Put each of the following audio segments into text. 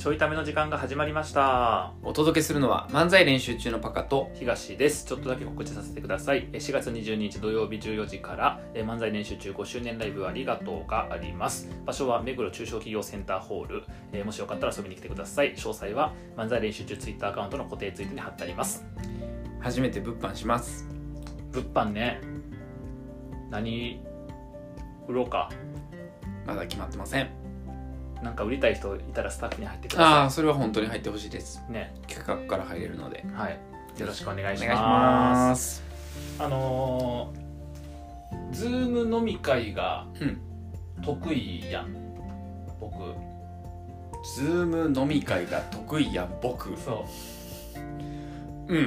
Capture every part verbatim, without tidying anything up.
ちょいための時間が始まりました。 お届けするのは漫才練習中のパカと東です。ちょっとだけ告知させてください。しがつにじゅうににち土曜日じゅうよじから漫才練習中ごしゅうねんライブありがとうがあります。場所は目黒中小企業センターホール。もしよかったら遊びに来てください。詳細は漫才練習中ツイッターアカウントの固定ツイートに貼ってあります。 初めて物販します。 物販ね。何売ろうか。 まだ決まってません。 なんか売りたい人いたらスタッフに入ってください。 ああ、それは本当に入ってほしいですね。 企画から入れるので、 はい、よろしくお願いします。 お願いします。 あのー、ズーム飲み会が得意やん、うん、僕。 ズーム飲み会が得意やん僕。 そううん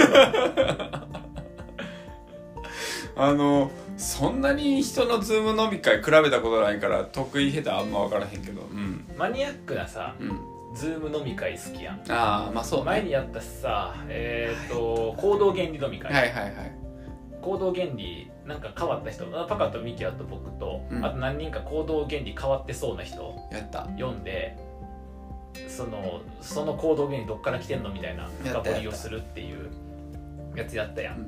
あのそんなに人のズーム飲み会比べたことないから得意下手あんま分からへんけど、うん、 マニアックなさ、 うん、 ズーム飲み会好きやん。 ああまあそう、ね、 前にやったしさ、えっ、ー、と、はい、行動原理飲み会、 はいはいはい、 行動原理なんか変わった人、パカとミキアと僕と、うん、あと何人か行動原理変わってそうな人やった読んで、そのその行動原理どっから来てんのみたいな深掘りをするっていうやつやったやん、うん、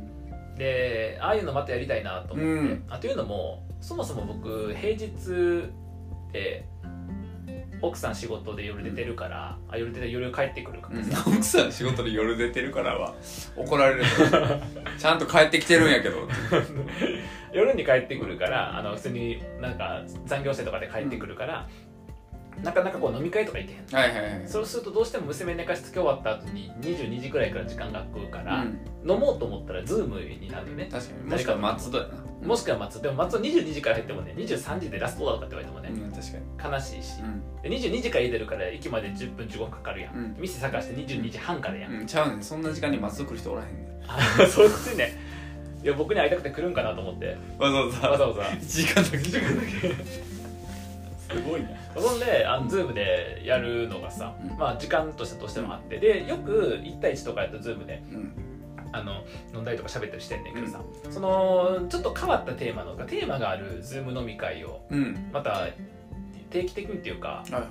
でああいうのまたやりたいなと思って、うん、あというのもそもそも僕平日で奥さん仕事で夜出てるから、うん、あ夜出て夜帰ってくるからさ、 うん、奥さん仕事で夜出てるからは怒られるちゃんと帰ってきてるんやけど夜に帰ってくるからあの普通になんか残業生とかで帰ってくるから、うん、なかなかこう飲み会とか行けへん、 はいはいはい、 そうするとどうしても娘寝かしつけ終わった後ににじゅうにじぐらいから時間が空くから、うん、飲もうと思ったらズームになるよね。 確かに。もしくは松戸やな、 うん、もしくは松戸。でも松戸にじゅうにじから入ってもねにじゅうさんじでラストだとかって言われてもね、 うん、確かに悲しいし、 うん、 でにじゅうにじから家出るから駅までじゅっぷんじゅうごふんかかるやん、うん、店探してにじゅうにじはんからやん、 うん、ちゃうねん、そんな時間に松戸来る人おらへんねんあそういうことね。いや僕に会いたくて来るんかなと思ってわざわざわざわざいちじかんだけいちじかんだけすごいね。そんであのズームでやるのがさ、うん、まあ時間としてどうしてもあって、でよくいちたいいちとかやったズームで、うん、あの飲んだりとか喋ったりしてんねんけどさ、うん、そのちょっと変わったテーマのテーマがあるズーム飲み会を、うん、また定期的にっていうか、はいはいはい、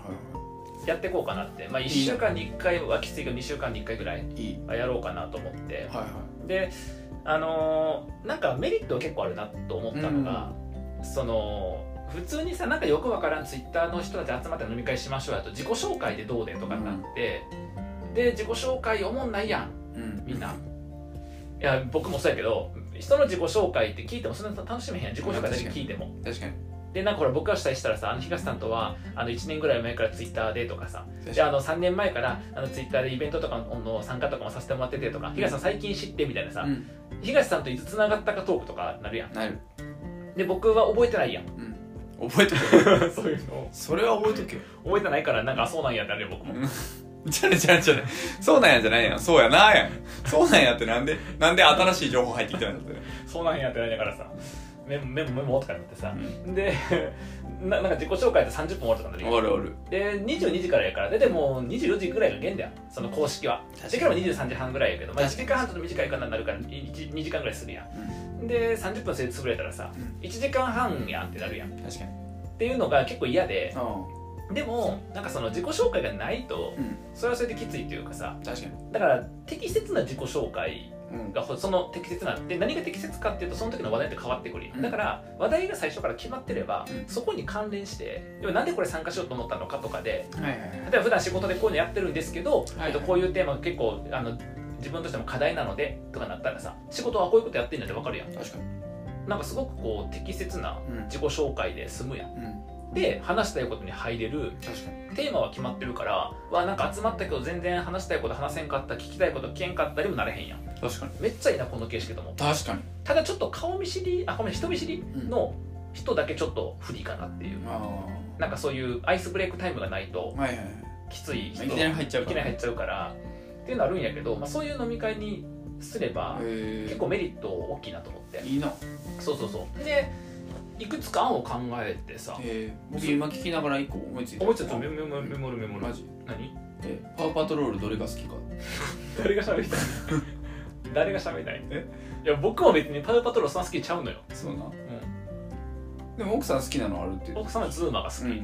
やっていこうかなって、まあ、いっしゅうかんにいっかいはきついけどにしゅうかんにいっかいぐらいやろうかなと思って、はいはい、であのー、なんかメリット結構あるなと思ったのが、うん、その普通にさなんかよくわからんツイッターの人たち集まって飲み会しましょうやと自己紹介でどうでとかになって、うん、で自己紹介おもんないやん、うん、みんな。いや僕もそうやけど人の自己紹介って聞いてもそんな楽しめへんやん、自己紹介だけ聞いても。 確かに。 でなんかほら僕がしたりしたらさ、あの東さんとはあのいちねんぐらい前からツイッターでとかさ、であのさんねんまえからあのツイッターでイベントとかの参加とかもさせてもらっててとか、うん、東さん最近知ってみたいなさ、うん、東さんといつつながったかトークとかなるやん。 なる。 で僕は覚えてないやん、 うん、覚えとけそういうのそれは覚えとけよ。 覚えてないからなんかそうなんやってあれ僕もじゃねじゃねじゃねそうなんやじゃないやん、そうやなやん、そうなんやってなんでなんで新しい情報入ってきたんだってそうなんやってないんだからさ、メモメモメモとかになってさ、うん、でな, なんか自己紹介ってさんじゅっぷん終わるとか終わる終わるでにじゅうにじからやからででもにじゅうよじぐらいが限だよ、その公式は。時間はにじゅうさんじはんぐらいやけど、まあ、いちじかんはんと短いかなになるからにじかんぐらいするやん、うん、でさんじゅっぷんそれで潰れたらさ、うん、いちじかんはんやんってなるやん。 確かに。 っていうのが結構嫌で、でもなんかその自己紹介がないと、うん、それはそれできついというかさ、 確かに。 だから適切な自己紹介が、うん、その適切なで何が適切かっていうとその時の話題って変わってくる、うん、だから話題が最初から決まってれば、うん、そこに関連して要はなんでこれ参加しようと思ったのかとかで、はいはいはい、例えば普段仕事でこういうのやってるんですけど、はいはい、えっと、こういうテーマが結構あの自分としても課題なのでとかなったらさ、仕事はこういうことやってんだって分かるやん。 確かに。 なんかすごくこう適切な自己紹介で済むやん、うん、で話したいことに入れる。 確かに。 テーマは決まってるからわなんか集まったけど全然話したいこと話せんかった、聞きたいこと聞けんかったりもなれへんやん。 確かに。 めっちゃいいなこの形式と思って。 確かに。 ただちょっと顔見知りあごめん人見知りの人だけちょっと不利かなっていう、うん、なんかそういうアイスブレイクタイムがないときつい人、 はいはい、いきなり入っちゃうからいきなり入っちゃうからっていうのあるんやけど、まあ、そういう飲み会にすれば結構メリット大きいなと思って。 いいな。 そうそうそう。でいくつか案を考えてさ、 僕今聞きながら一個思いついた。 思いついた。メモメモるメモる。 マジ？ 何？ えパワーパトロールどれが好きか誰が喋りたい誰が喋りたいえいや僕も別にパワーパトロールそんな好きちゃうのよ。 そうな、 うん、 でも奥さん好きなのあるっていう。 奥さんはズーマが好き、うん、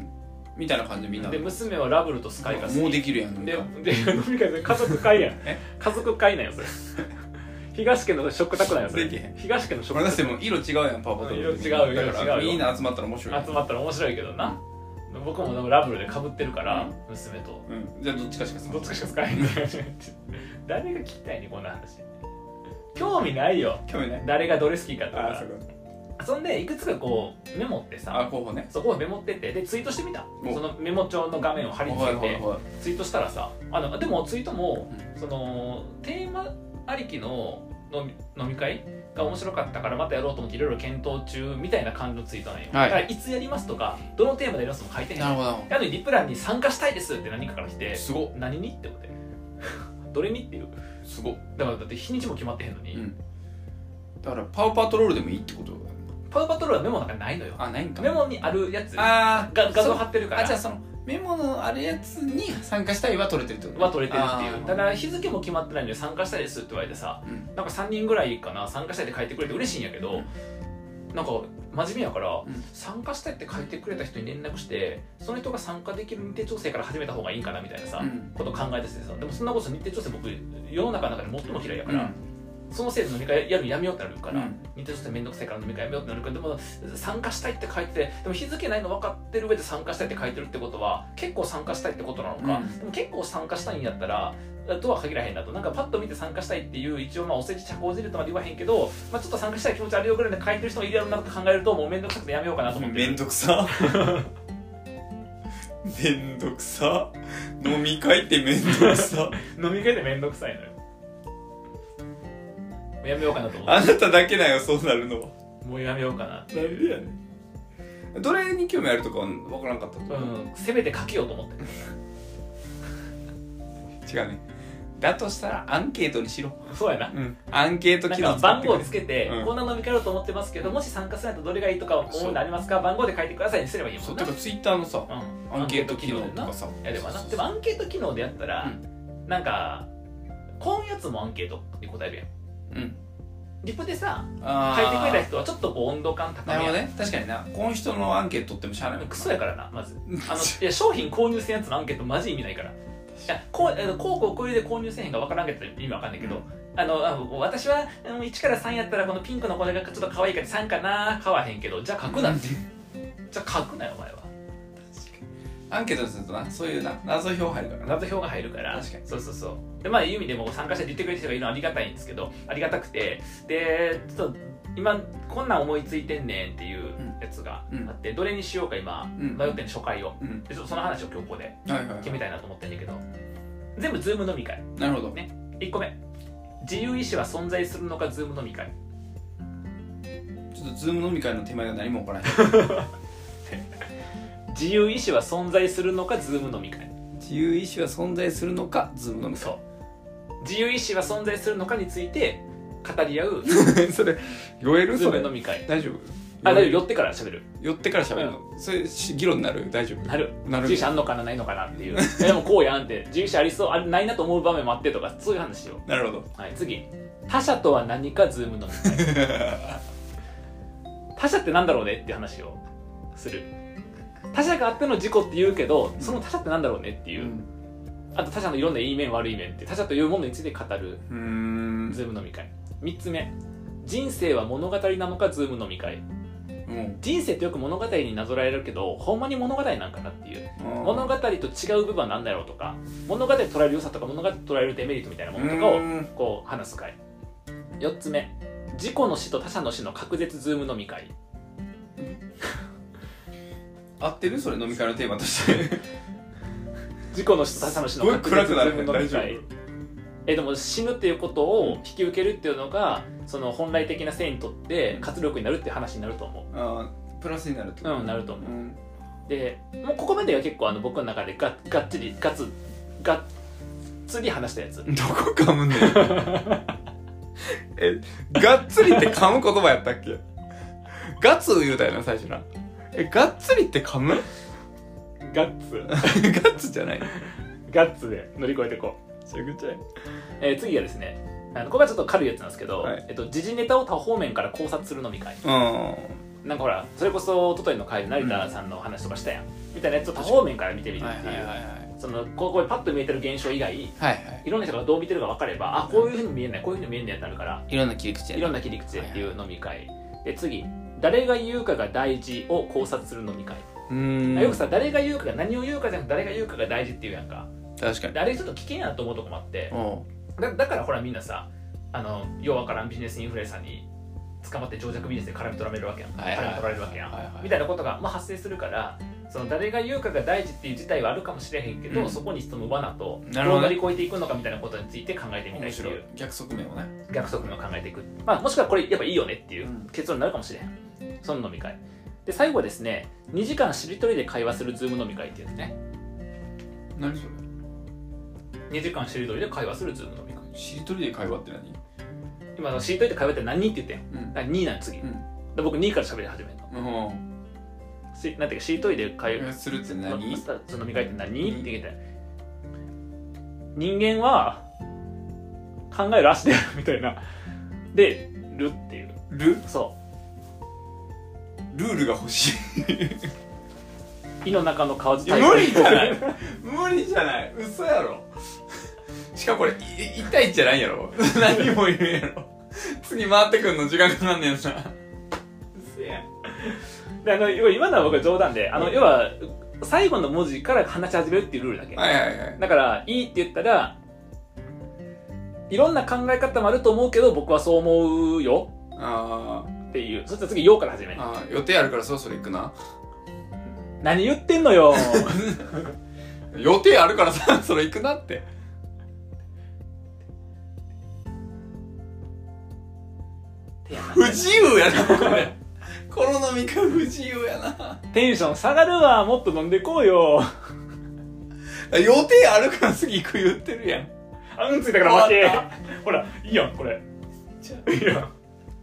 みたいな感じでみんなで娘はラブルとスカイが好きもうできるやんでで飲み会で家族会やん家族会なんよそれ東家の食卓なんよそれ東家の食卓だってもう色違うやんパワーパトロール色違うだからみんな集まったら面白い集まったら面白いけどな、うん、僕もラブルで被ってるから、うん、娘と、 うん、じゃあどっちかしかどっちかしか使えへん誰が聞きたいねこんな話興味ないよ興味ない誰がどれ好きかとかあそうかそんでいくつかこうメモってさあ候補ねそこをメモっててでツイートしてみたそのメモ帳の画面を貼り付けてツイートしたらさあのでもツイートも、うん、そのテーマありきの飲み、飲み会が面白かったからまたやろうと思っていろいろ検討中みたいな感じのツイートなんよ、はい、だからいつやりますとかどのテーマでやりますも書いてへんなるほどなのにリプランに参加したいですって何かから来てすご何にって思ってどれにっていうすごだからだって日にちも決まってへんのに、うん、 だからパウパトロールでもいいってことパウパトロールはメモなんかないのよあないんかメモにあるやつあが画像貼ってるからあじゃあそのメモのあるやつに参加したいは取れてるってことは取れてるっていうただ日付も決まってないので参加したいですって言われてさ、うん、なんかさんにんぐらいかな参加したいって書いてくれて嬉しいんやけど、うん、なんか真面目やから、うん、参加したいって書いてくれた人に連絡してその人が参加できる日程調整から始めた方がいいかなみたいなさ、うん、ことを考えててさでもそんなこと日程調整僕世の中の中で最も嫌いやから、うんそのせいで飲み会やるのやめようってなるから、うん、日程としてめんどくさいから飲み会やめようってなるからでも参加したいって書いててでも日付ないの分かってる上で参加したいって書いてるってことは結構参加したいってことなのか、うん、でも結構参加したいんやったらとは限らへんなとなんかパッと見て参加したいっていう一応まあお世辞社交辞令とまで言わへんけど、まあ、ちょっと参加したい気持ちあるよぐらいで書いてる人もいるやろうなって考えるともうめんどくさくてやめようかなと思ってめんどくさめんどくさ飲み会ってめんどくさ飲み会ってめんどくさいのよやめようかなと思ってあなただけだよそうなるのはもうやめようかななんでやねんどれに興味あるとか分からんかったとうんせめて書けようと思って違うねだとしたらアンケートにしろそうやな、 うん、アンケート機能番号をつけて、うん、こんな飲み会やろうと思ってますけどもし参加するとどれがいいとか思うのありますか番号で書いてくださいにすればいいもんなそうてかツイッターのさ、うん、アンケート機能とかさやればなでもアンケート機能でやったら、うん、なんかこういうやつもアンケートに答えるやんうんリプでさ書いてくれた人はちょっとこう温度感高めやなるほどね確かになこの人のアンケート取ってもしゃあないクソやからなまずあのいや商品購入せんやつのアンケートマジ意味ないからいやこうこうこうこういうで購入せへんが分からんけど意味わかんないけど、うん、あのあの私はいちからさんやったらこのピンクのこれがちょっと可愛いからさんかな買わへんけどじゃあ書くなってじゃあ書くなよお前はアンケートにするとなそういうな謎票入るから謎票が入るから確かにそうそうそうでまあいう意味でも参加して言ってくれる人がいるのはありがたいんですけどありがたくてでちょっと今こんなん思いついてんねんっていうやつがあって、うん、どれにしようか今、うん、迷ってんの初回を、うん、でちょっとその話を今日ここで決めたいなと思ってんだけど、はいはいはい、全部ズーム飲み会なるほど、 ね、いっこめ自由意志は存在するのかズーム飲み会ちょっとズーム飲み会の手前が何も起こらない自由意志は存在するのかズーム飲み会自由意志は存在するのかズーム飲み会そう自由意志は存在するのかについて語り合うそれ酔えるズーム飲み会大丈夫あ大丈夫寄ってから喋る寄ってから喋るの、うん、それ議論になる大丈夫なるなる自由意志あんのかなないのかなっていうでもこうやんって自由意志ありそうあないなと思う場面もあってとかそういう話しようなるほど、 はい、次他者とは何かズーム飲み会他者ってなんだろうねっていう話をする他者があっての自己って言うけどその他者ってなんだろうねっていう、うん、あと他者のいろんないい面悪い面って他者というものについて語るうーんズーム飲み会みっつめ人生は物語なのかズーム飲み会、うん、人生ってよく物語になぞらえるけどほんまに物語なんかなっていう、うん、物語と違う部分は何だろうとか物語で捉える良さとか物語で捉えるデメリットみたいなものとかをこう話す会よっつめ自己の死と他者の死の隔絶ズーム飲み会合ってるそれ飲み会のテーマとして自己の死と他者の死の確絶ズーム飲み会えでも死ぬっていうことを引き受けるっていうのがその本来的な性にとって活力になるっていう話になると思うあプラスになるってことうんなると思う、うん、でもうここまでは結構あの僕の中でががっつりガツがっつり話したやつどこ噛むんだよえがっつりって噛む言葉やったっけガツ言うたよな最初なえがっつりって噛むガッツガッツじゃないガッツで乗り越えていこうそういうことや、 えー、次がですねあのここはちょっと軽いやつなんですけど、はいえっと、時事ネタを多方面から考察する飲み会うんなんかほらそれこそ一昨日の回で成田さんの話とかしたやん、みたいなやつを多方面から見てみるっていう、そのここでパッと見えてる現象以外、はいはい、いろんな人がどう見てるか分かれば、あこういうふうに見えない、こういうふうに見えないってなるから、 いろんな切り口いろんな切り口でっていう飲み会、はいはい、で次誰が言うかが大事を考察する飲み会。うーんよくさ誰が言うかが何を言うかじゃなくて誰が言うかが大事っていうやんか。 確かにあれちょっと危険やなと思うとこもあって、だ, だからほらみんなさあのようわからんビジネスインフルエンサーに捕まって情弱ビジネスで絡み取られるわけやん、はいはいはい、絡み取られるわけやん、はいはい、みたいなことが、まあ、発生するから、その誰が言うかが大事っていう事態はあるかもしれへんけど、うん、そこに潜む罠とどう乗り越えていくのかみたいなことについて考えてみたいっていう逆側面をね逆側面を考えていく、まあ、もしくはこれやっぱいいよねっていう結論になるかもしれへん、その飲み会で最後はですねにじかんしりとりで会話するズーム飲み会っていうやつね。 何それ？ にじかんしりとりで会話するズーム飲み会。 しりとりで会話って何？ 今のしりとりで会話って何って言ってん、うん、だからになん次、うん、で僕にから喋り始めた、うん、しなんていうかしりとりで会話するって何？ その飲み会って何、うん、って言って人間は考える足であるみたいなでるっていうる？ そうルールが欲しい胃の中の蛙無理じゃない無理じゃない嘘やろ。しかもこれいち対いちじゃないやろ何も言うやろ次回ってくんの時間かかんねんな。うせやんであの今のは僕は冗談で、あの、うん、要は最後の文字から話し始めるっていうルールだけ、 はいはいはい、 だからいいって言ったらいろんな考え方もあると思うけど僕はそう思うよあっていう。そしたら次ようから始める。 あ予定あるからそろそろ行くな。 何言ってんのよ予定あるからそろそろ行くなって。不自由やなこれこの飲み会不自由やな。 テンション下がるわ、もっと飲んでこうよ予定あるから次行く言ってるやん。 あんついたから負けほらいいやんこれいいやん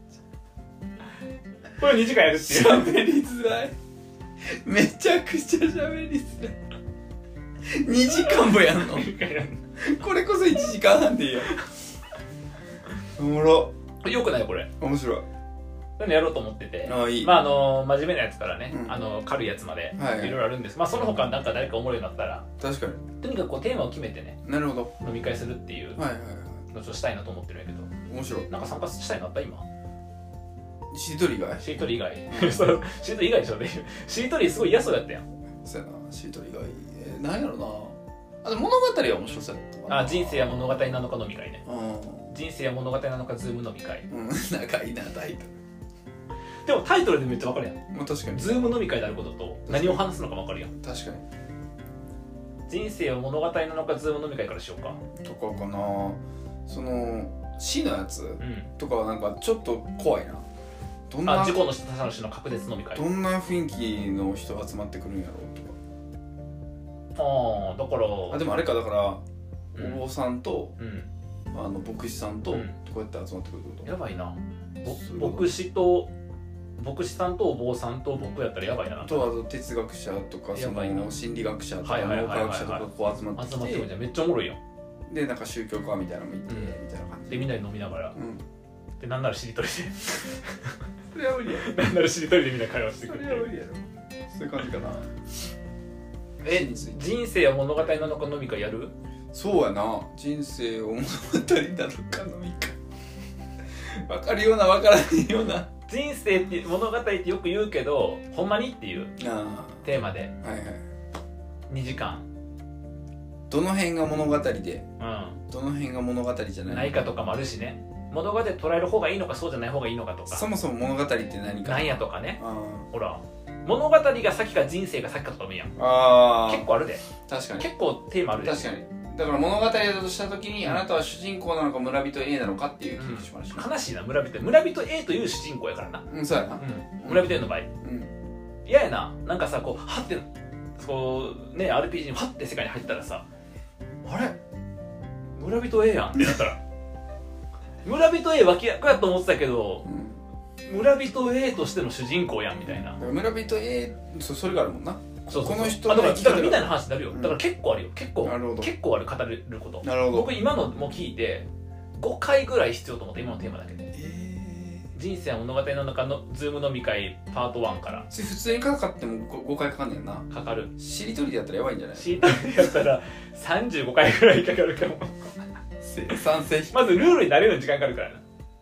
これにじかんやるっていう。 喋りづらいめちゃくちゃ喋りづらいにじかんもやんのこれこそいちじかんはんでいいやおもろよくないこれ面白い。 何やろうと思ってて、 あいい、 まああの真面目なやつからね、うん、あの軽いやつまで、はいはい、いろいろあるんです。まあその他なんか誰かおもろいようになったら確かにとにかくこうテーマを決めてね、 なるほど飲み会するっていうのをちょっとしたいなと思ってるんやけど、 面白い。 なんか参加したいなあった今しりとり以外？ しりとり以外そうしりとり以外でしょしりとりすごい嫌そうやったやん。 そうやな、しりとり以外、えー、何やろなあ。で物語は面白そうやったかな。 あ人生や物語なのか飲み会ね、うん、人生や物語なのかズーム飲み会、 うん、長いなタイトル。 でもタイトルでめっちゃ分かるやん。 まあ、確かにズーム飲み会であることと何を話すのか分かるやん。 確かに。 人生は物語なのかズーム飲み会からしようかとかかな。その死のやつ、うん、とかはなんかちょっと怖いな。 どんなあ事故の話の確実飲み会、 どんな雰囲気の人が集まってくるんやろうとか。 ああだからあでもあれか、だから、うん、お坊さんと、うん、あの牧師さんと、うん、こうやって集まってくるってこと。 やばいな。牧師と牧師さんとお坊さんと僕やったらやばいな。 とあと哲学者とかその心理学者とか脳科学者とかこう集まってきて、 集まってくるじゃん。めっちゃおもろいやん。 でなんか宗教家みたいなのもいて、うん、みたいな感じでみんなで飲みながら、うん、でなんならしりとりでそれは無理やろ。 なんならしりとりでみんな会話してくる。 それは無理やろ。そういう感じかな。 え人生や物語なのか飲み会やる？ そうやな。人生を物語なのか飲み会分かるような分からないような。 人生って物語ってよく言うけどほんまにっていうテーマで、はいはい、にじかんどの辺が物語で、うん、どの辺が物語じゃないないかとかもあるしね。物語で捉える方がいいのかそうじゃない方がいいのかとか、 そもそも物語って何か何やとかね。ほら物語が先か人生が先かとかもいいやん。 あ結構あるで。 確かに結構テーマあるで。 確かに。だから物語だとしたときに、うん、あなたは主人公なのか村人 A なのかっていう気がしました、 うん、悲しいな。村人村人 A という主人公やからな。 うんそうやな、うん、村人 A の場合嫌、うん、やな。なんかさこうはってこうね アールピージー にはって世界に入ったらさあれ村人 A やんってなったら村人 A 脇役やと思ってたけど、うん、村人 A としての主人公やんみたいな。 村人 A そ, それがあるもんな。 そうそうそう、 この人のだからだからみたいな話になるよ、うん、だから結構あるよ。結構結構ある語れること。 なるほど。 僕今のも聞いてごかいぐらい必要と思って今のテーマだけで、 え人生は物語の中のズーム飲み会パートワンからそれ普通にかかっても ご, ごかいかかんねんな。 かかる。 しりとりでやったらやばいんじゃない？ しりとりでやったらさんじゅうごかいぐらいかかるかも。 生産性まずルールに慣れるのに時間かかるからな。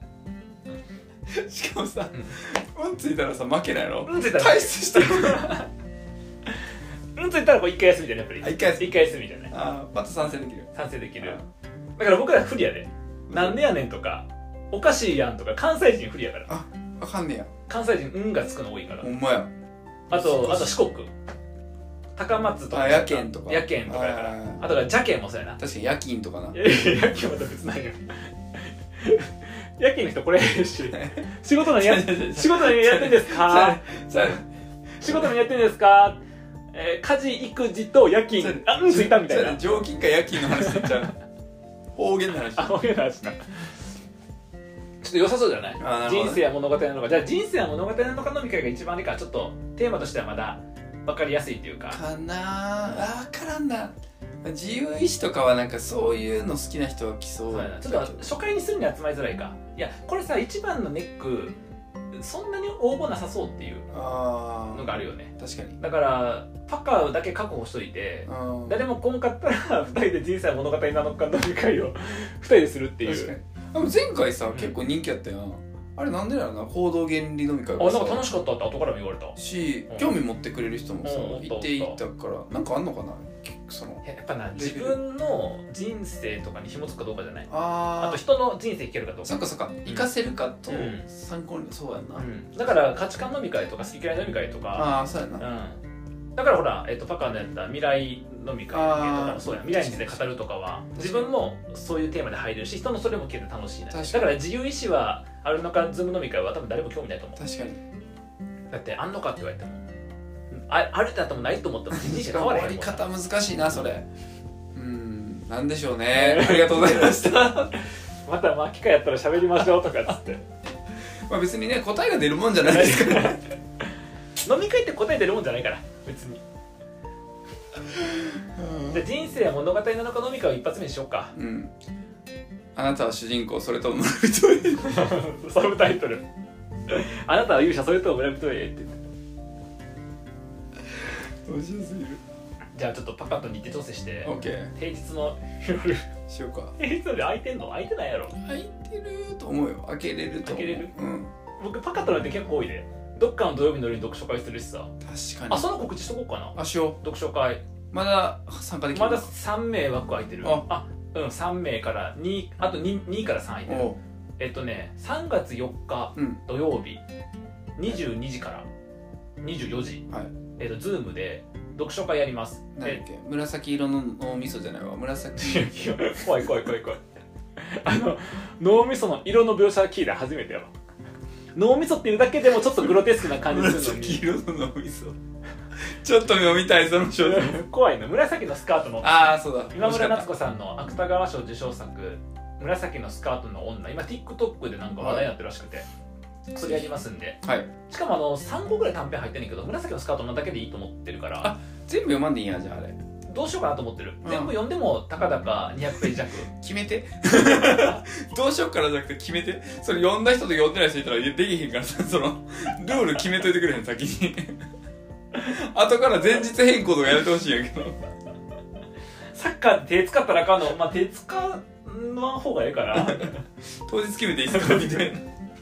しかもさ、うん、うんついたらさ負けないの？ うんついたら退出してくる。 うんついたらこう一回休みじゃないやっぱり。 あ一回休み一回休みじゃない。 ああまた参戦できる。 賛成できる。だから僕ら不利やで。なんでやねんとかおかしいやんとか関西人不利やから。 あわかんねや。 関西人運がつくの多いから。 ほんまや。 あとあと四国。高松とか。 あ夜券とか。 夜券とかやから。あとは邪券もそうやな。 確かに夜勤とかな。 いやいや夜勤また別なんよ。夜勤の人これし仕事何や仕事何やってんですか？仕事何やってんですか？えー、家事育児と夜勤あうんついたみたいな。 常勤か夜勤の話になっちゃう。方言の話。 あ方言の話な。ちょっと良さそうじゃない？人生や物語なのか。じゃあ人生や物語なのかのみ会が一番あれか。ちょっとテーマとしてはまだ分かりやすいっていうか。 かなあ分からんな。自由意志とかはなんかそういうの好きな人は来そう。 そうやな。ちょっと初回にするには集まりづらいか。いやこれさ一番のネックそんなに応募なさそうっていうのがあるよね。 確かに。 だからパカだけ確保しといて誰も来んかったらふたりで人生物語なのか飲み会をふたりでするっていう。 確かに。でも前回さ、うん、結構人気やったよな。あれなんでだろうな、行動原理飲み会あ、なんか楽しかったって後からも言われたし、うん、興味持ってくれる人もさ、うん、いていたからなんかあんのかな。そのやっぱな自分の人生とかに紐付くかどうかじゃない。 ああと人の人生聞けるかどうか。 そっかそっか、活かせるかと参考に、そうやんな、 うん、だから価値観飲み会とか好き嫌い飲み会とか。 ああそうやな、 うん、だからほら、えっと、パカのやった未来飲み会とかもそうや。未来について語るとかは自分もそういうテーマで入れるし人のそれも聞いて楽しいな。だから自由意志はあるのかズーム飲み会は多分誰も興味ないと思う。 確かに。 だってあんのかって言われてもあ, あるってあってもないと思ったら人生変わらへんもん。 終わり方難しいなそれ。うん、なんでしょうね。ありがとうございました。 またまあ機会やったら喋りましょうとかっつってまあ別にね答えが出るもんじゃないですから飲み会って答え出るもんじゃないから別に。じゃあ人生や物語なのか飲み会を一発目にしようか。 うん。あなたは主人公それとも村人へサブタイトルあなたは勇者それとも村人へって言って面白すぎる。 じゃあちょっとパカッと日程調整して、 オッケー。 平日の夜しようか。 平日の夜空いてんの？空いてないやろ。 空いてると思うよ。開けれると思う。 開けれる？ うん。 僕パカッとなんて結構多いで。どっかの土曜日の夜に読書会するしさ。 確かに。 あ、その告知しとこうかな。 あ、しよう。 読書会。 まだ参加できる？ まださんめい枠空いてる。あ、あうん、さんめいからに、あと 2, にからさん空いてる。えっとね、さんがつよっか、うん、土曜日にじゅうにじからにじゅうよじ、はい、えっと、ズームで読書会やります。 何だっけ？紫色の脳みそじゃないわ。紫怖い怖い怖い怖いあの脳みその色の描写聞いたら初めてやわ。脳みそっていうだけでもちょっとグロテスクな感じするのに紫色の脳みそちょっと読みたいその小説怖いの。紫のスカートのああそうだ今村夏子さんの芥川賞受賞作紫のスカートの女、今 TikTok でなんか話題になってるらしくて、それやりますんで、はい、しかもあのさんこぐらい短編入ってんねんけど紫のスカートのだけでいいと思ってるから、 あ全部読まんでいいんや。じゃああれどうしようかなと思ってる、うん、全部読んでもたかだかにひゃくページ弱決めてどうしようからじゃなくて決めて。それ読んだ人と読んでない人いたらできへんからさ、そのルール決めといてくれへん先に後から前日変更とかやめてほしいんやけどサッカーで手使ったらあかんの、まあ手使わん方がええから当日決めていいですかみたいな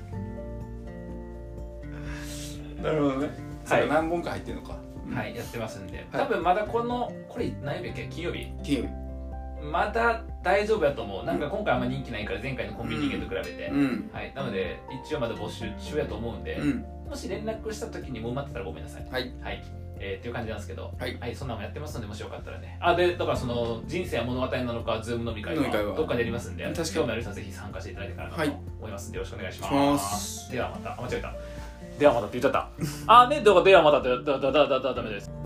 なるほどね。それ何本か入ってんのか。 はい、やってますんで、多分まだこのこれ何曜日だっけ？金曜日？ 金曜日まだ大丈夫やと思う。なんか今回あんま人気ないから前回のコンビニ人間と比べて、うん、はい、なので一応まだ募集中やと思うんで、うん、もし連絡した時にもう埋まってたらごめんなさい。はい、はい、えー、っていう感じなんですけど、はい、はい、そんなのもやってますのでもしよかったらね。あ、でだからその人生や物語なのかズーム飲み会はどっかでやりますんで、興味ある人はぜひ参加していただいてからなと思いますんで、よろしくお願いします。ではまた、あ、間違えた。ではまたって言っちゃった。あ、ね、ではまたってだだだだだダメです。